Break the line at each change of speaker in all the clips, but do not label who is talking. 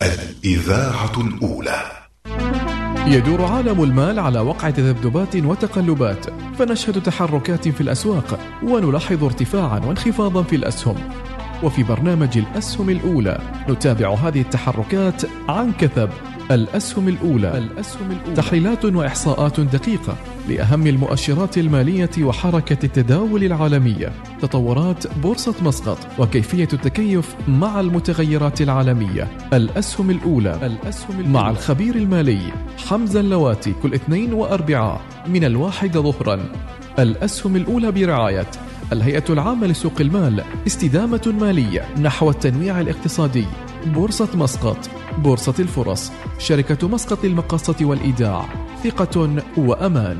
الإذاعة الأولى.
يدور عالم المال على وقع تذبذبات وتقلبات، فنشهد تحركات في الأسواق ونلاحظ ارتفاعا وانخفاضا في الأسهم. وفي برنامج الأسهم الأولى نتابع هذه التحركات عن كثب. الأسهم الأولى تحليلات وإحصاءات دقيقة لأهم المؤشرات المالية وحركة التداول العالمية، تطورات بورصة مسقط وكيفية التكيف مع المتغيرات العالمية. الأسهم الأولى مع الخبير المالي حمزة اللواتي كل اثنين وأربعاء من 1 ظهرا. الأسهم الأولى برعاية الهيئة العامة لسوق المال، استدامة مالية نحو التنويع الاقتصادي، بورصة مسقط، بورصة الفرص، شركة مسقط للمقاصة والإيداع، ثقة وأمان.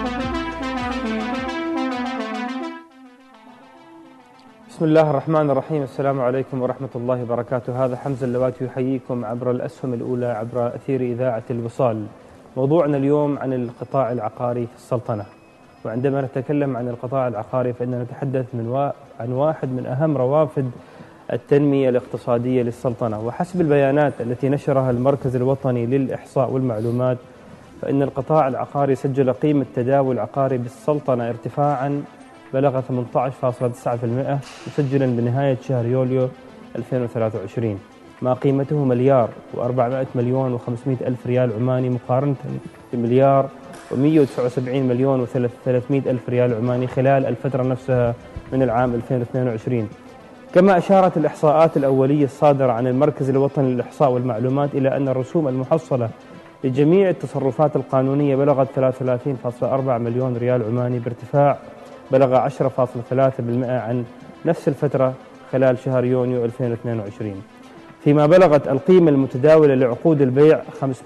بسم الله الرحمن الرحيم. السلام عليكم ورحمة الله وبركاته. هذا حمزة اللواتي يحييكم عبر الأسهم الأولى عبر أثير إذاعة الوصال. موضوعنا اليوم عن القطاع العقاري في السلطنة، وعندما نتكلم عن القطاع العقاري فإننا نتحدث عن واحد من أهم روافد التنمية الاقتصادية للسلطنة. وحسب البيانات التي نشرها المركز الوطني للإحصاء والمعلومات، فإن القطاع العقاري سجل قيمة تداول عقاري بالسلطنة ارتفاعا بلغ 18.9% مسجلا بنهاية شهر يوليو 2023، ما قيمته مليار و400 مليون و500 ألف ريال عماني، مقارنة بمليار و179 مليون و300 ألف ريال عماني خلال الفترة نفسها من العام 2022. كما أشارت الإحصاءات الأولية الصادرة عن المركز الوطني للإحصاء والمعلومات إلى أن الرسوم المحصلة لجميع التصرفات القانونية بلغت 33.4 مليون ريال عماني، بارتفاع بلغ 10.3% عن نفس الفترة خلال شهر يونيو 2022. فيما بلغت القيمة المتداولة لعقود البيع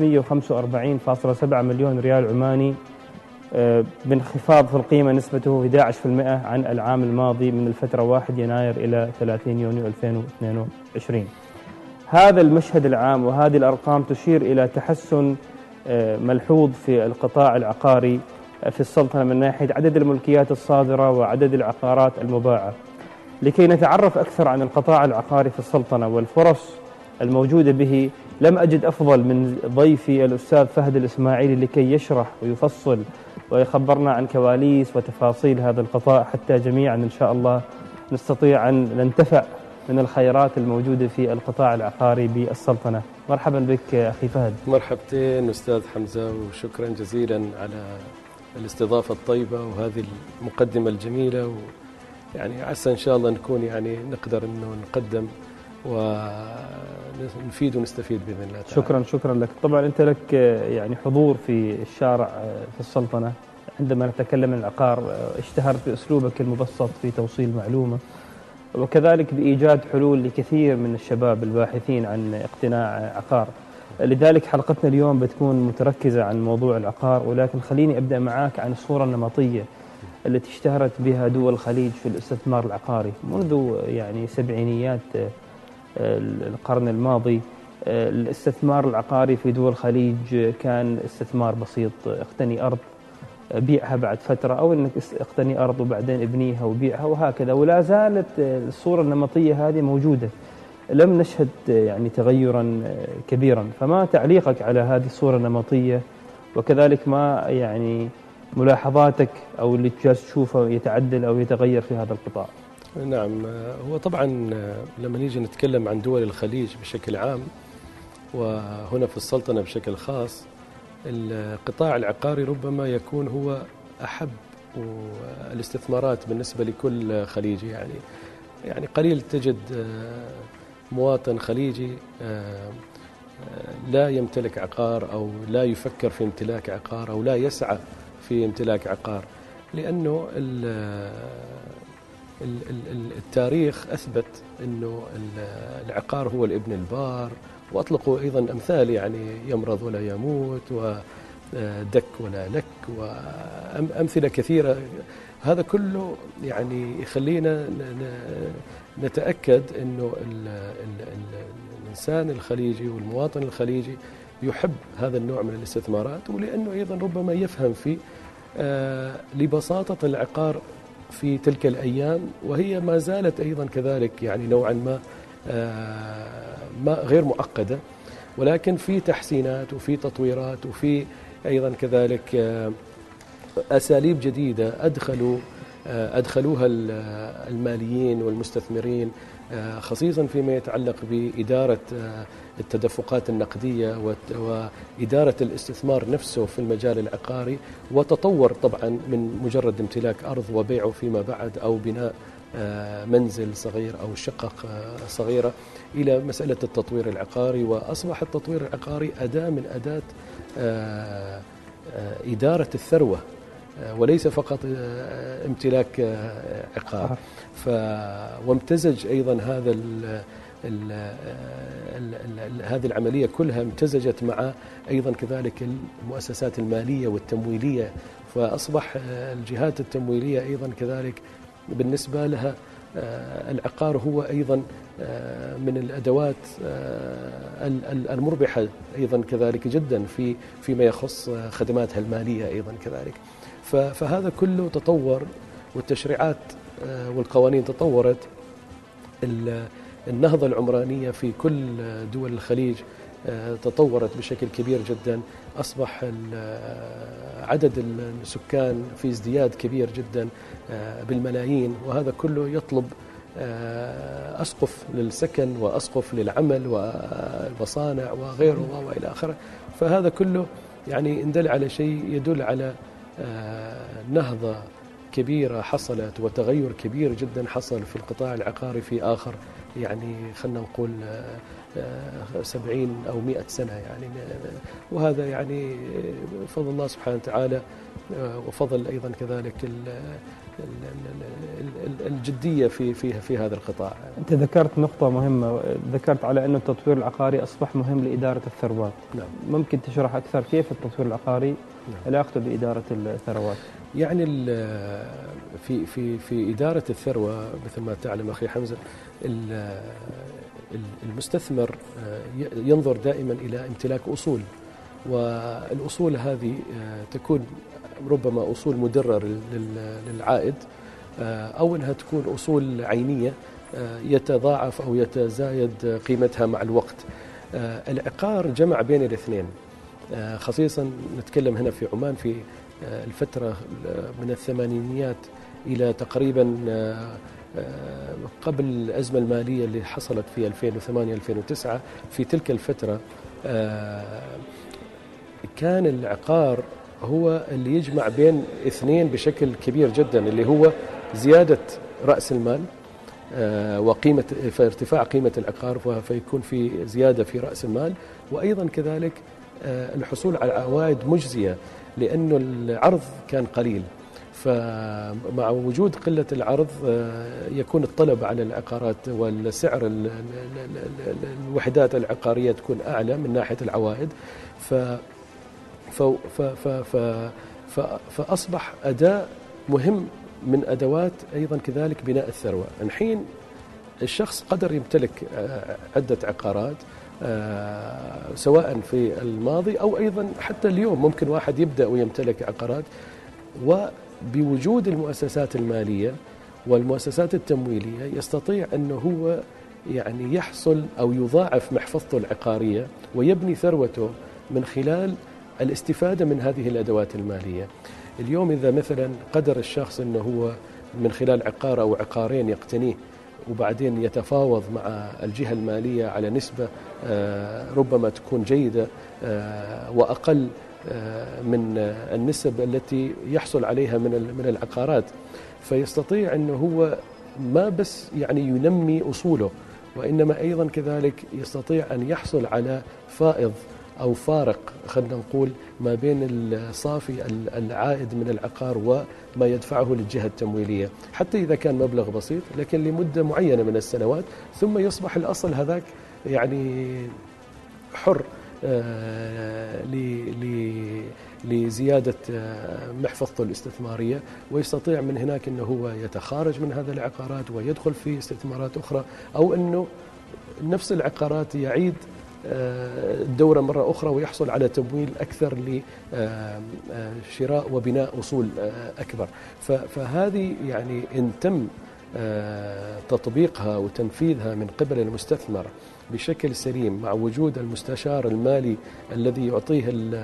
545.7 مليون ريال عماني، بانخفاض في القيمة نسبته 11% عن العام الماضي من الفترة 1 يناير إلى 30 يونيو 2022. هذا المشهد العام وهذه الأرقام تشير إلى تحسن ملحوظ في القطاع العقاري في السلطنة من ناحية عدد الملكيات الصادرة وعدد العقارات المباعة. لكي نتعرف أكثر عن القطاع العقاري في السلطنة والفرص الموجودة به، لم أجد أفضل من ضيفي الأستاذ فهد الإسماعيلي لكي يشرح ويفصل ويخبرنا عن كواليس وتفاصيل هذا القطاع، حتى جميعا إن شاء الله نستطيع أن ننتفع من الخيرات الموجودة في القطاع العقاري بالسلطنة. مرحبا بك أخي فهد.
مرحبتين أستاذ حمزة، وشكرا جزيلا على الاستضافة الطيبة وهذه المقدمة الجميلة، ويعني عسى إن شاء الله نكون يعني نقدر أنه نقدم ونفيد ونستفيد بإذن الله تعالى.
شكرا لك. طبعا أنت لك يعني حضور في الشارع في السلطنة. عندما نتكلم عن العقار اشتهرت بأسلوبك المبسط في توصيل المعلومة، وكذلك بإيجاد حلول لكثير من الشباب الباحثين عن اقتناع عقار. لذلك حلقتنا اليوم بتكون متركزة عن موضوع العقار، ولكن خليني أبدأ معاك عن الصورة النمطية التي اشتهرت بها دول الخليج في الاستثمار العقاري منذ يعني سبعينيات القرن الماضي. الاستثمار العقاري في دول الخليج كان استثمار بسيط، اقتني أرض بيعها بعد فترة، أو أنك اقتني أرض وبعدين ابنيها وبيعها وهكذا، ولا زالت الصورة النمطية هذه موجودة، لم نشهد يعني تغيرا كبيرا. فما تعليقك على هذه الصورة النمطية، وكذلك ما يعني ملاحظاتك أو اللي جالس تشوفه يتعدل أو يتغير في هذا القطاع؟
نعم، هو طبعا لما نيجي نتكلم عن دول الخليج بشكل عام وهنا في السلطنة بشكل خاص، القطاع العقاري ربما يكون هو أحب الاستثمارات بالنسبة لكل خليجي. يعني قليل تجد مواطن خليجي لا يمتلك عقار أو لا يفكر في امتلاك عقار أو لا يسعى في امتلاك عقار، لأنه التاريخ أثبت أنه العقار هو الابن البار، وأطلقوا أيضا أمثال يعني يمرض ولا يموت، ودك ولا لك، وأمثلة كثيرة. هذا كله يعني يخلينا نتأكد أنه الإنسان الخليجي والمواطن الخليجي يحب هذا النوع من الاستثمارات، ولأنه أيضا ربما يفهم في لبساطة العقار في تلك الأيام، وهي ما زالت أيضا كذلك يعني نوعا ما غير معقدة. ولكن في تحسينات وفي تطويرات وفي أيضا كذلك أساليب جديدة أدخلوها الماليين والمستثمرين، خصيصا فيما يتعلق بإدارة التدفقات النقدية وإدارة الاستثمار نفسه في المجال العقاري، وتطور طبعا من مجرد امتلاك أرض وبيعه فيما بعد أو بناء منزل صغير أو شقق صغيرة إلى مسألة التطوير العقاري. وأصبح التطوير العقاري أداة من أداة إدارة الثروة وليس فقط امتلاك عقار. وامتزج أيضا هذه العملية كلها امتزجت مع أيضا كذلك المؤسسات المالية والتمويلية، فأصبح الجهات التمويلية أيضا كذلك بالنسبة لها العقار هو أيضا من الأدوات المربحة أيضا كذلك جدا فيما يخص خدماتها المالية أيضا كذلك. فهذا كله تطور، والتشريعات والقوانين تطورت. النهضة العمرانية في كل دول الخليج تطورت بشكل كبير جدا، أصبح عدد السكان في ازدياد كبير جدا بالملايين، وهذا كله يطلب أسقف للسكن وأسقف للعمل والمصانع وغيره وإلى آخره. فهذا كله يعني إن دل على شيء يدل على نهضة كبيرة حصلت وتغير كبير جدا حصل في القطاع العقاري في آخر يعني خلنا نقول 70 أو 100 سنة يعني. وهذا يعني فضل الله سبحانه وتعالى وفضل أيضا كذلك الجدية في هذا القطاع.
أنت ذكرت نقطة مهمة، ذكرت على أن التطوير العقاري أصبح مهم لإدارة الثروات.
نعم.
ممكن تشرح أكثر كيف التطوير العقاري علاقته بإدارة الثروات؟
يعني في إدارة الثروة مثل ما تعلم أخي حمزة، المستثمر ينظر دائما إلى امتلاك أصول، والأصول هذه تكون ربما أصول مدرة للعائد، أو أنها تكون أصول عينية يتضاعف أو يتزايد قيمتها مع الوقت. العقار جمع بين الاثنين، خصيصا نتكلم هنا في عمان في الفترة من الثمانينيات إلى تقريبا قبل الأزمة المالية اللي حصلت في 2008-2009. في تلك الفترة كان العقار هو اللي يجمع بين اثنين بشكل كبير جدا، اللي هو زيادة رأس المال وقيمة فارتفاع قيمة العقار، فيكون في زيادة في رأس المال، وأيضا كذلك الحصول على عوائد مجزية لأنه العرض كان قليل. فمع وجود قلة العرض يكون الطلب على العقارات والسعر الوحدات العقارية تكون أعلى من ناحية العوائد. فأصبح أداة مهم من أدوات أيضا كذلك بناء الثروة. الحين الشخص قدر يمتلك عدة عقارات سواء في الماضي أو أيضا حتى اليوم ممكن واحد يبدأ ويمتلك عقارات، وبوجود المؤسسات المالية والمؤسسات التمويلية يستطيع أنه هو يعني يحصل أو يضاعف محفظته العقارية ويبني ثروته من خلال الاستفادة من هذه الأدوات المالية. اليوم إذا مثلا قدر الشخص أنه هو من خلال عقار أو عقارين يقتنيه وبعدين يتفاوض مع الجهة المالية على نسبة ربما تكون جيدة وأقل من النسب التي يحصل عليها من العقارات، فيستطيع أنه هو ما بس يعني ينمي أصوله، وإنما أيضا كذلك يستطيع أن يحصل على فائض أو فارق خلينا نقول ما بين الصافي العائد من العقار وما يدفعه للجهة التمويلية، حتى إذا كان مبلغ بسيط لكن لمدة معينة من السنوات، ثم يصبح الأصل هذاك يعني حر لزيادة محفظته الاستثمارية، ويستطيع من هناك أنه هو يتخارج من هذه العقارات ويدخل في استثمارات أخرى، أو أنه نفس العقارات يعيد الدورة مرة أخرى ويحصل على تمويل أكثر لشراء وبناء أصول أكبر. فهذه يعني إن تم تطبيقها وتنفيذها من قبل المستثمر بشكل سليم مع وجود المستشار المالي الذي يعطيه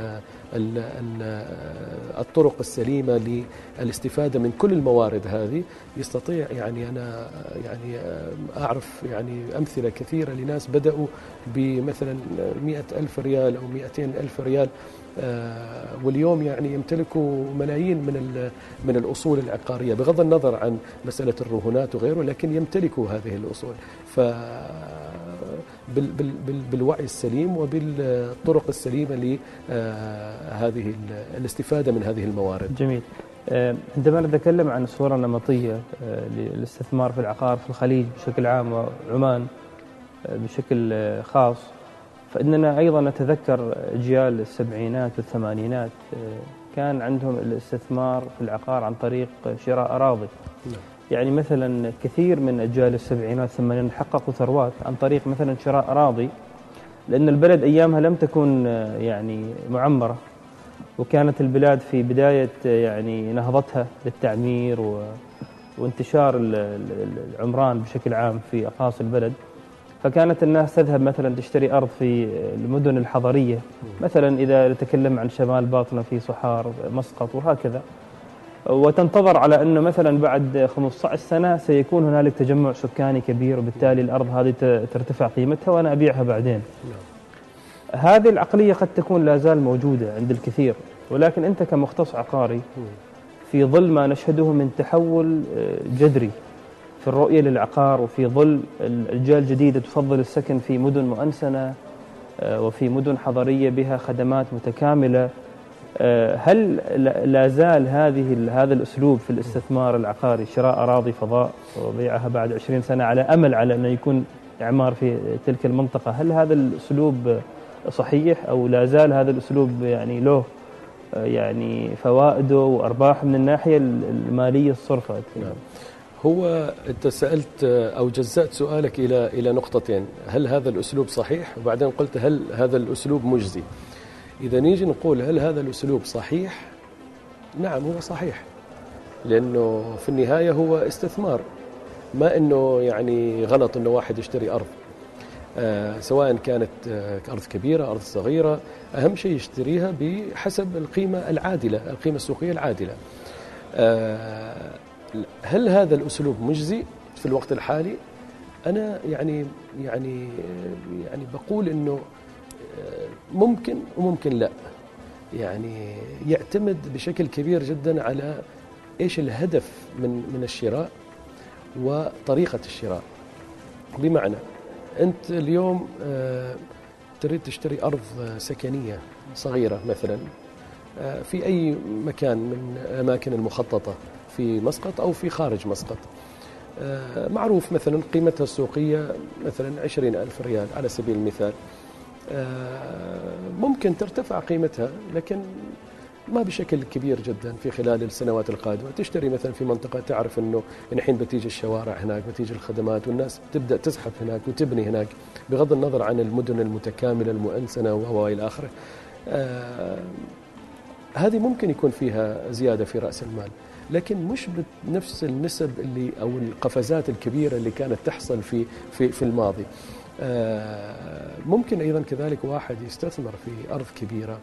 الطرق السليمة للاستفادة من كل الموارد هذه، يستطيع يعني أنا يعني أعرف يعني أمثلة كثيرة لناس بدأوا بمثلا 100,000 ريال أو 200,000 ريال، واليوم يعني يمتلكوا ملايين من الأصول العقارية بغض النظر عن مسألة الرهونات وغيره، لكن يمتلكوا هذه الأصول. بالوعي السليم وبالطرق السليمة لهذه الاستفادة من هذه الموارد.
جميل. عندما نتكلم عن الصورة النمطية للاستثمار في العقار في الخليج بشكل عام وعمان بشكل خاص، فإننا أيضا نتذكر أجيال السبعينات والثمانينات كان عندهم الاستثمار في العقار عن طريق شراء أراضي. يعني مثلا كثير من أجيال السبعينات والثمانينات حققوا ثروات عن طريق مثلا شراء أراضي، لأن البلد أيامها لم تكن يعني معمرة، وكانت البلاد في بداية يعني نهضتها للتعمير وانتشار العمران بشكل عام في أقاصي البلد. فكانت الناس تذهب مثلا تشتري أرض في المدن الحضرية، مثلا إذا نتكلم عن شمال باطنة في صحار، مسقط وهكذا، وتنتظر على أنه مثلا بعد 15 سنة سيكون هنالك تجمع سكاني كبير، وبالتالي الأرض هذه ترتفع قيمتها وأنا أبيعها بعدين. هذه العقلية قد تكون لا زال موجودة عند الكثير، ولكن أنت كمختص عقاري في ظل ما نشهده من تحول جذري في الرؤية للعقار، وفي ظل الأجيال الجديدة تفضل السكن في مدن مؤنسنة وفي مدن حضرية بها خدمات متكاملة، هل لا زال هذا الأسلوب في الاستثمار العقاري، شراء أراضي فضاء وبيعها بعد 20 سنة على أمل على أنه يكون إعمار في تلك المنطقة، هل هذا الأسلوب صحيح أو لا زال هذا الأسلوب يعني له يعني فوائده وأرباح من الناحية المالية الصرفة؟
نعم. هو أنت سألت أو جزأت سؤالك إلى نقطتين، هل هذا الأسلوب صحيح؟ وبعدين قلت هل هذا الأسلوب مجزي؟ إذا نيجي نقول هل هذا الأسلوب صحيح؟ نعم هو صحيح، لأنه في النهاية هو استثمار، ما أنه يعني غلط أنه واحد يشتري أرض، سواء كانت أرض كبيرة أرض صغيرة، أهم شيء يشتريها بحسب القيمة العادلة، القيمة السوقية العادلة. هل هذا الأسلوب مجزي في الوقت الحالي؟ أنا يعني بقول إنه ممكن وممكن لا، يعني يعتمد بشكل كبير جدا على إيش الهدف من الشراء وطريقة الشراء. بمعنى أنت اليوم تريد تشتري أرض سكنية صغيرة مثلا في أي مكان من الأماكن المخططة في مسقط أو في خارج مسقط، معروف مثلا قيمتها السوقية مثلا 20,000 ريال على سبيل المثال، ممكن ترتفع قيمتها لكن ما بشكل كبير جدا في خلال السنوات القادمة. تشتري مثلا في منطقة تعرف أنه الحين بتيجي الشوارع هناك، بتيجي الخدمات، والناس تبدأ تزحف هناك وتبني هناك، بغض النظر عن المدن المتكاملة المؤنسنة وإلى آخره. هذه ممكن يكون فيها زيادة في رأس المال، لكن مش بنفس النسب اللي أو القفزات الكبيرة اللي كانت تحصل في الماضي. ممكن أيضا كذلك واحد يستثمر في أرض كبيرة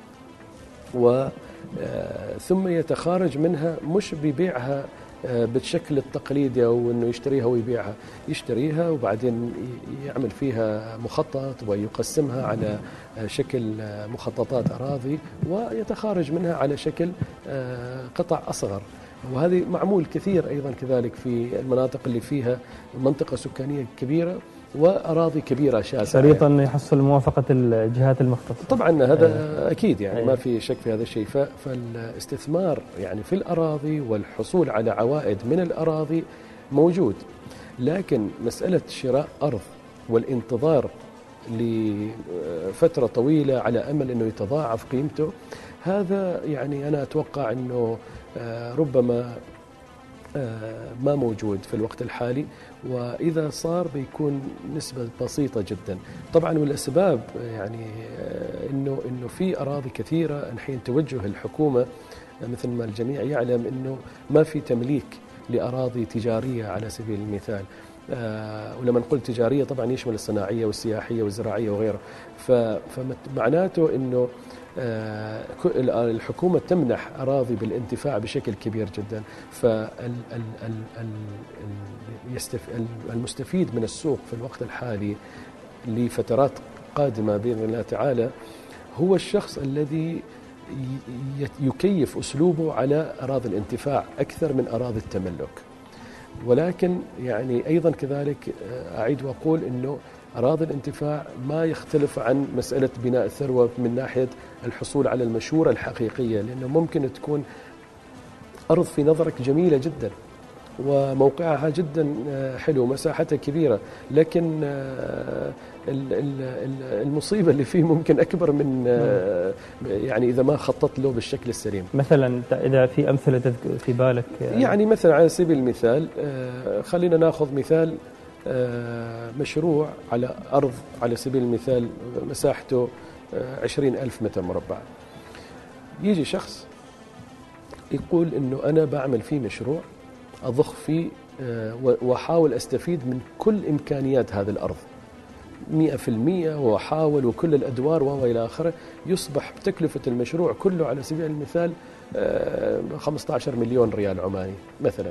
ثم يتخارج منها، مش بيبيعها بالشكل التقليدي أو أنه يشتريها ويبيعها، يشتريها وبعدين يعمل فيها مخطط ويقسمها على شكل مخططات أراضي ويتخارج منها على شكل قطع أصغر. وهذه معمول كثير أيضا كذلك في المناطق اللي فيها منطقة سكانية كبيرة وأراضي كبيرة شاسعة،
شريطا يحصل موافقة الجهات المختصة.
طبعا هذا أكيد يعني ما في شك في هذا الشيء. فالاستثمار يعني في الأراضي والحصول على عوائد من الأراضي موجود، لكن مسألة شراء أرض والانتظار لفترة طويلة على أمل أنه يتضاعف قيمته، هذا يعني أنا أتوقع أنه ربما ما موجود في الوقت الحالي، وإذا صار بيكون نسبة بسيطة جدا. طبعا والأسباب يعني إنه في أراضي كثيرة الحين توجه الحكومة مثل ما الجميع يعلم إنه ما في تمليك لأراضي تجارية على سبيل المثال، ولما نقول تجارية طبعا يشمل الصناعية والسياحية والزراعية وغيره. فمعناته أنه الحكومة تمنح أراضي بالانتفاع بشكل كبير جدا، فالمستفيد من السوق في الوقت الحالي لفترات قادمة بإذن الله تعالى هو الشخص الذي يكيف أسلوبه على أراضي الانتفاع أكثر من أراضي التملك. ولكن يعني أيضا كذلك أعيد وأقول أنه أراضي الانتفاع ما يختلف عن مسألة بناء الثروة من ناحية الحصول على المشورة الحقيقية، لأنه ممكن تكون أرض في نظرك جميلة جدا وموقعها جدا حلو، مساحتها كبيرة، لكن المصيبة اللي فيه ممكن أكبر من يعني إذا ما خطط له بالشكل السليم.
مثلا إذا في أمثلة في بالك،
يعني مثلا على سبيل المثال خلينا نأخذ مثال مشروع على أرض على سبيل المثال مساحته 20,000 متر مربع. يجي شخص يقول إنه أنا بعمل فيه مشروع أضخ فيه وأحاول أستفيد من كل إمكانيات هذه الأرض 100%، وأحاول وكل الأدوار وإلى آخره، يصبح تكلفة المشروع كله على سبيل المثال 15 مليون ريال عماني مثلا،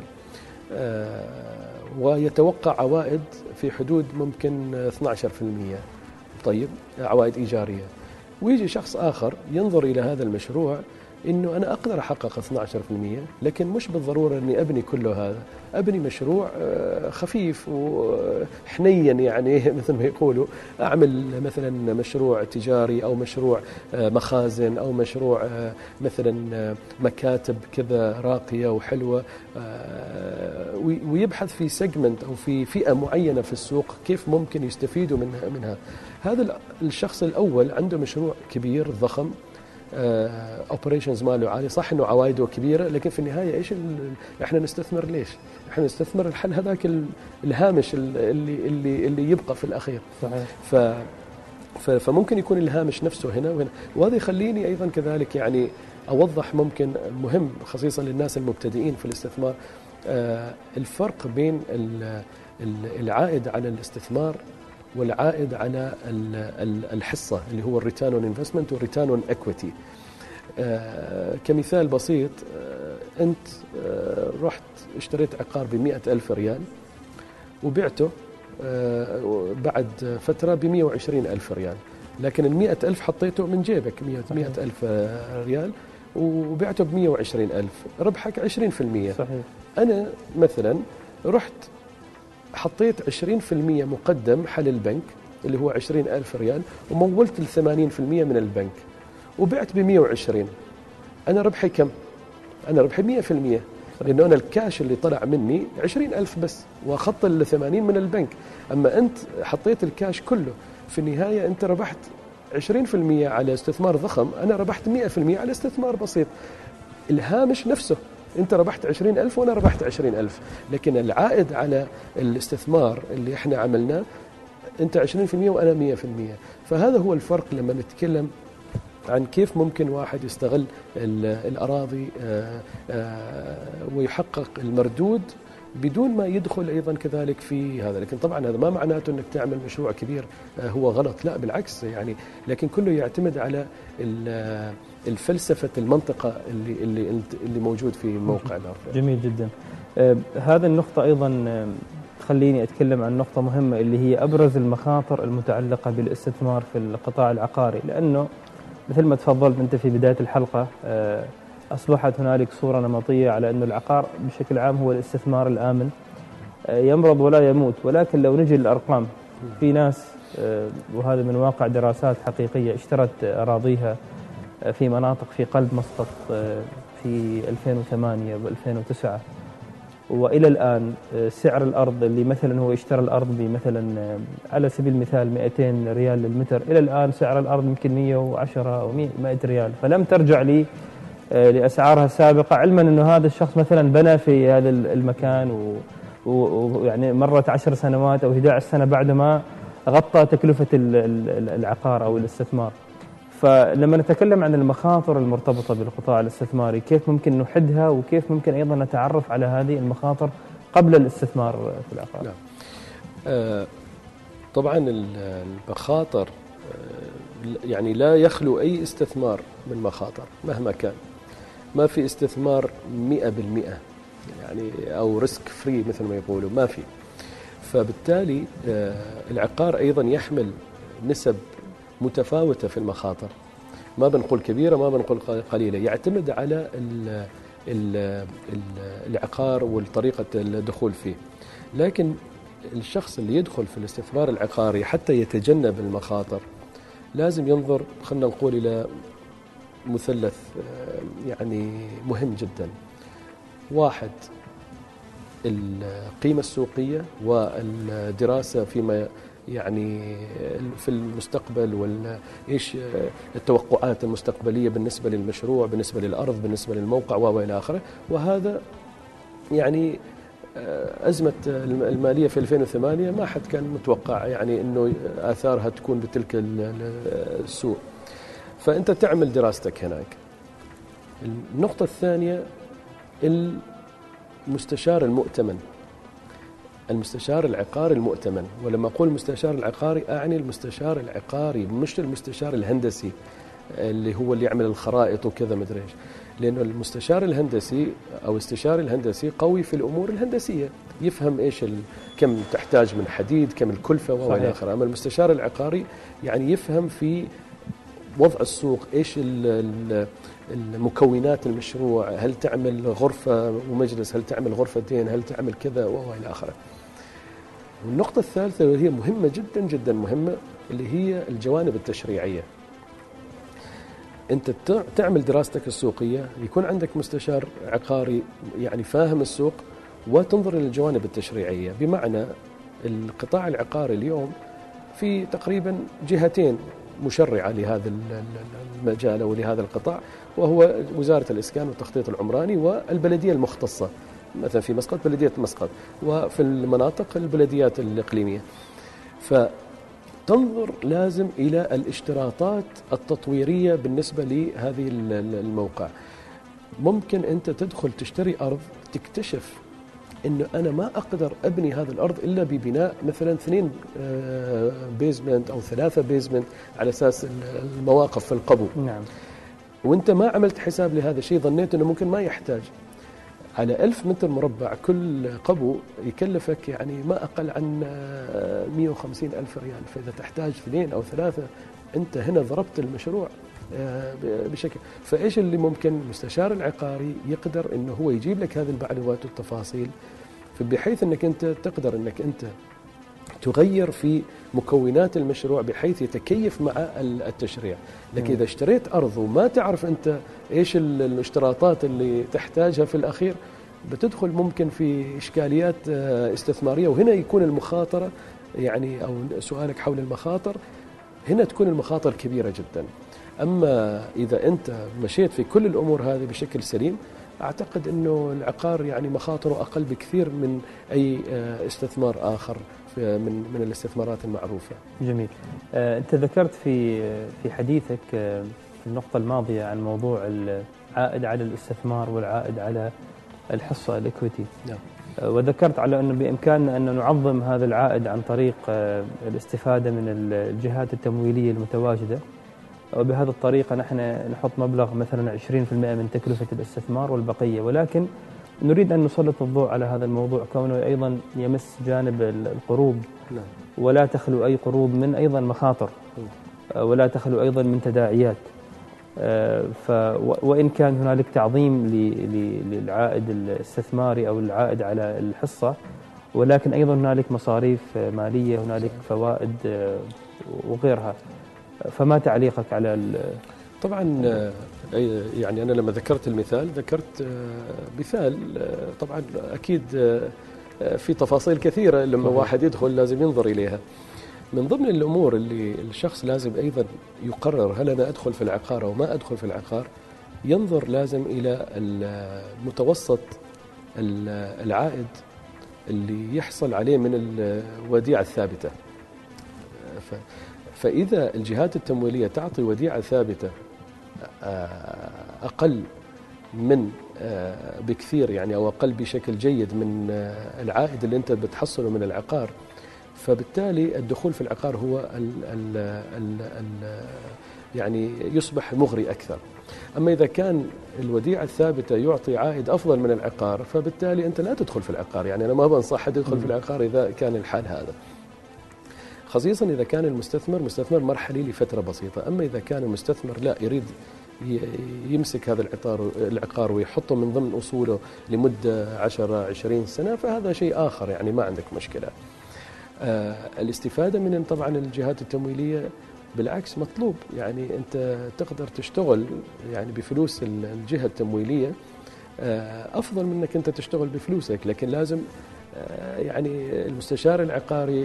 ويتوقع عوائد في حدود ممكن 12%، طيب عوائد إيجارية. ويجي شخص آخر ينظر إلى هذا المشروع إنه أنا أقدر أحقق 12%، لكن مش بالضرورة أني أبني كله هذا، أبني مشروع خفيف وحنين، يعني مثل ما يقولوا أعمل مثلا مشروع تجاري أو مشروع مخازن أو مشروع مثلا مكاتب كذا راقية وحلوة، ويبحث في سيجمنت أو في فئة معينة في السوق كيف ممكن يستفيدوا منها. هذا الشخص الأول عنده مشروع كبير ضخم، اوبريشنز ماله عالي، صح انه عوائده كبيره، لكن في النهايه ايش احنا نستثمر ليش؟ احنا نستثمر الحل هذاك الهامش اللي يبقى في الاخير.
صحيح.
فممكن يكون الهامش نفسه هنا وهنا. وهذا يخليني ايضا كذلك يعني اوضح ممكن مهم خصيصا للناس المبتدئين في الاستثمار الفرق بين العائد على الاستثمار والعائد على الحصة اللي هو الريتيرن اون انفستمنت والريتيرن اون اكويتي. كمثال بسيط، أنت رحت اشتريت عقار ب100,000 ريال وبعته بعد فترة ب120,000 ريال، لكن 100,000 حطيته من جيبك 100,000 ريال وبعته ب120,000، ربحك 20%.
صحيح.
أنا مثلا رحت حطيت 20% مقدم حل البنك اللي هو 20,000 ريال، ومولت 80% من البنك وبعت ب120، أنا ربحي كم؟ أنا ربحي 100%، لأنه أنا الكاش اللي طلع مني 20,000 بس، وأخذت 80 من البنك. أما أنت حطيت الكاش كله، في النهاية أنت ربحت 20% على استثمار ضخم، أنا ربحت 100% على استثمار بسيط. الهامش نفسه، أنت ربحت 20,000 وأنا ربحت 20,000، لكن العائد على الاستثمار اللي احنا عملناه أنت 20% وأنا 100%. فهذا هو الفرق لما نتكلم عن كيف ممكن واحد يستغل الأراضي ويحقق المردود بدون ما يدخل أيضا كذلك في هذا. لكن طبعا هذا ما معناته أنك تعمل مشروع كبير هو غلط، لا بالعكس يعني، لكن كله يعتمد على الفلسفة المنطقة اللي موجود في موقع الأرض.
جميل جدا. هذا النقطة أيضا تخليني أتكلم عن نقطة مهمة اللي هي أبرز المخاطر المتعلقة بالاستثمار في القطاع العقاري، لأنه مثل ما تفضلت أنت في بداية الحلقة أصبحت هنالك صورة نمطية على أن العقار بشكل عام هو الاستثمار الآمن، يمرض ولا يموت. ولكن لو نجي للأرقام، في ناس وهذا من واقع دراسات حقيقية اشترت أراضيها في مناطق في قلب مسقط في 2008 و2009، وإلى الآن سعر الأرض اللي مثلا هو اشترى الأرض بمثلا على سبيل المثال 200 ريال للمتر، إلى الآن سعر الأرض يمكن 110 أو 100 ريال، فلم ترجع لي لأسعارها السابقة، علما أنه هذا الشخص مثلا بنى في هذا المكان ويعني مرت 10 سنوات أو 11 سنة بعد ما غطى تكلفة العقار أو الاستثمار. فلما نتكلم عن المخاطر المرتبطة بالقطاع الاستثماري، كيف ممكن نحدها وكيف ممكن أيضا نتعرف على هذه المخاطر قبل الاستثمار في العقار؟
نعم. طبعا المخاطر يعني لا يخلو أي استثمار من مخاطر مهما كان. ما في استثمار 100% يعني أو ريسك فري مثل ما يقولوا، ما في. فبالتالي العقار أيضا يحمل نسب متفاوتة في المخاطر، ما بنقول كبيرة ما بنقول قليلة، يعتمد على العقار وطريقة الدخول فيه. لكن الشخص اللي يدخل في الاستثمار العقاري حتى يتجنب المخاطر لازم ينظر، خلنا نقول، إلى مثلث يعني مهم جدا. 1، القيمة السوقية والدراسة فيما يعني في المستقبل، وإيش التوقعات المستقبلية بالنسبة للمشروع، بالنسبة للأرض، بالنسبة للموقع وإلى آخره. وهذا يعني أزمة المالية في 2008 ما حد كان متوقع يعني أنه آثارها تكون بتلك السوء. فأنت تعمل دراستك هناك. النقطة الثانية، المستشار المؤتمن، المستشار العقاري المؤتمن. ولما أقول المستشار العقاري أعني المستشار العقاري، مش المستشار الهندسي اللي هو اللي يعمل الخرائط وكذا مدري ايش. لأنه المستشار الهندسي أو استشاري الهندسي قوي في الأمور الهندسية، يفهم إيش كم تحتاج من حديد، كم الكلفة وإلى آخره. أما المستشار العقاري يعني يفهم في وضع السوق، إيش المكونات المشروع، هل تعمل غرفة ومجلس، هل تعمل غرفتين، هل تعمل كذا وإلى آخره. والنقطة الثالثة وهي مهمة جدا جدا مهمة، اللي هي الجوانب التشريعية. أنت تعمل دراستك السوقية، يكون عندك مستشار عقاري يعني فاهم السوق، وتنظر إلى الجوانب التشريعية. بمعنى القطاع العقاري اليوم في تقريبا جهتين مشرعة لهذا المجال أو لهذا القطاع، وهو وزارة الإسكان والتخطيط العمراني والبلدية المختصة، مثلا في مسقط بلدية مسقط، وفي المناطق البلديات الإقليمية. فتنظر لازم إلى الاشتراطات التطويرية بالنسبة لهذه الموقع. ممكن أنت تدخل تشتري أرض تكتشف إنه أنا ما أقدر أبني هذه الأرض إلا ببناء مثلا 2 بيزمنت أو 3 بيزمنت على أساس المواقف في القبو.
نعم.
وأنت ما عملت حساب لهذا الشيء، ظنيت إنه ممكن ما يحتاج. على 1000 متر مربع كل قبو يكلفك يعني ما أقل عن 150,000 ريال. فإذا تحتاج 2 أو 3، أنت هنا ضربت المشروع بشكل. فإيش اللي ممكن المستشار العقاري يقدر إنه هو يجيب لك هذه المعلومات والتفاصيل، بحيث إنك أنت تقدر إنك أنت تغير في مكونات المشروع بحيث يتكيف مع التشريع. لكن إذا اشتريت أرض وما تعرف أنت إيش الاشتراطات اللي تحتاجها في الأخير، بتدخل ممكن في إشكاليات استثمارية. وهنا يكون المخاطرة يعني، أو سؤالك حول المخاطر، هنا تكون المخاطر كبيرة جدا. أما إذا أنت مشيت في كل الأمور هذه بشكل سليم، أعتقد أنه العقار يعني مخاطره أقل بكثير من أي استثمار آخر من الاستثمارات المعروفة.
جميل. أنت ذكرت في حديثك في النقطة الماضية عن موضوع العائد على الاستثمار والعائد على الحصة الإكويتي.
نعم.
وذكرت على أنه بإمكاننا أن نعظم هذا العائد عن طريق الاستفادة من الجهات التمويلية المتواجدة، وبهذه الطريقة نحن نحط مبلغ مثلا 20% من تكلفة الاستثمار والبقية. ولكن نريد أن نسلط الضوء على هذا الموضوع كونه أيضا يمس جانب القروض، ولا تخلو أي قروض من أيضا مخاطر، ولا تخلو أيضا من تداعيات. وإن كان هنالك تعظيم للعائد الاستثماري أو العائد على الحصة، ولكن أيضا هنالك مصاريف مالية، هنالك فوائد وغيرها. فما تعليقك على
طبعا يعني أنا لما ذكرت المثال ذكرت مثال، طبعا أكيد في تفاصيل كثيرة لما واحد يدخل لازم ينظر إليها. من ضمن الأمور اللي الشخص لازم أيضا يقرر هل أنا أدخل في العقار أو ما أدخل في العقار، ينظر لازم إلى المتوسط العائد اللي يحصل عليه من الوديعة الثابتة. فإذا الجهات التمويلية تعطي وديعة ثابتة أقل من بكثير يعني، أو أقل بشكل جيد من العائد اللي أنت بتحصله من العقار، فبالتالي الدخول في العقار هو ال يعني يصبح مغري أكثر. أما إذا كان الوديعة الثابتة يعطي عائد أفضل من العقار، فبالتالي أنت لا تدخل في العقار. يعني أنا ما بنصح حد يدخل في العقار إذا كان الحال هذا، خصيصا إذا كان المستثمر مستثمر مرحلي لفترة بسيطة. أما إذا كان المستثمر لا يريد يمسك هذا العقار ويحطه من ضمن أصوله لمدة 10-20 سنة، فهذا شيء آخر، يعني ما عندك مشكلة. الاستفادة من طبعا الجهات التمويلية بالعكس مطلوب، يعني أنت تقدر تشتغل يعني بفلوس الجهة التمويلية أفضل من أنك أنت تشتغل بفلوسك. لكن لازم يعني المستشار العقاري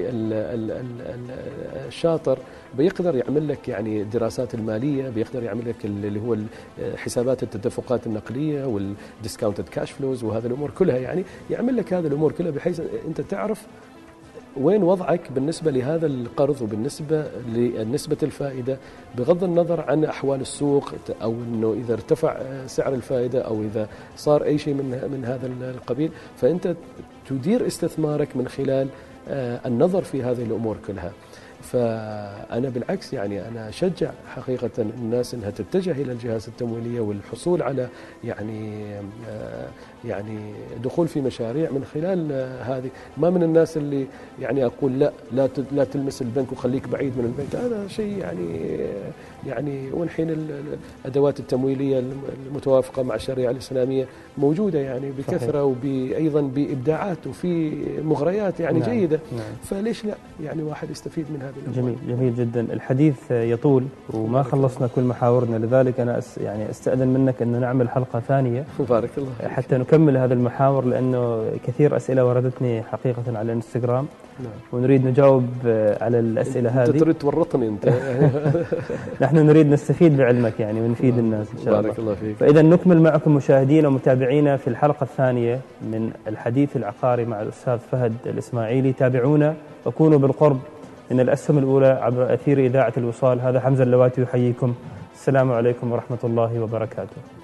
الشاطر بيقدر يعمل لك يعني الدراسات المالية، بيقدر يعمل لك اللي هو حسابات التدفقات النقدية والديسكاونتد كاش فلوز وهذه الأمور كلها، يعني يعمل لك هذه الأمور كلها بحيث أنت تعرف وين وضعك بالنسبة لهذا القرض وبالنسبة لنسبة الفائدة، بغض النظر عن أحوال السوق أو أنه إذا ارتفع سعر الفائدة أو إذا صار أي شيء من هذا القبيل. فأنت تدير استثمارك من خلال النظر في هذه الأمور كلها. فأنا بالعكس يعني أنا أشجع حقيقة الناس أنها تتجه إلى الجهات التمويلية والحصول على يعني دخول في مشاريع من خلال هذه. ما من الناس اللي يعني أقول لا تلمس البنك وخليك بعيد من البنك، هذا شيء يعني والحين الأدوات التمويلية المتوافقة مع الشريعة الإسلامية موجودة يعني بكثرة، وأيضا بإبداعات وفي مغريات يعني
نعم.
جيدة.
نعم.
فليش لا يعني واحد يستفيد من هذه الأمور.
جميل جدا. الحديث يطول وما خلصنا كل محاورنا، لذلك أنا يعني أستأذن منك أن نعمل حلقة ثانية
بارك الله فيك
حتى نكمل هذه المحاور، لأنه كثير أسئلة وردتني حقيقة على الانستغرام. نعم. ونريد نجاوب على الأسئلة هذه.
أنت تريد تورطني أنت.
نحن نريد نستفيد بعلمك يعني ونفيد الناس إن شاء الله.
بارك الله فيك.
فإذا نكمل معكم مشاهدينا ومتابعينا في الحلقة الثانية من الحديث العقاري مع الأستاذ فهد الإسماعيلي. تابعونا وكونوا بالقرب من الأسهم الأولى عبر أثير إذاعة الوصال. هذا حمزة اللواتي يحييكم. السلام عليكم ورحمة الله وبركاته.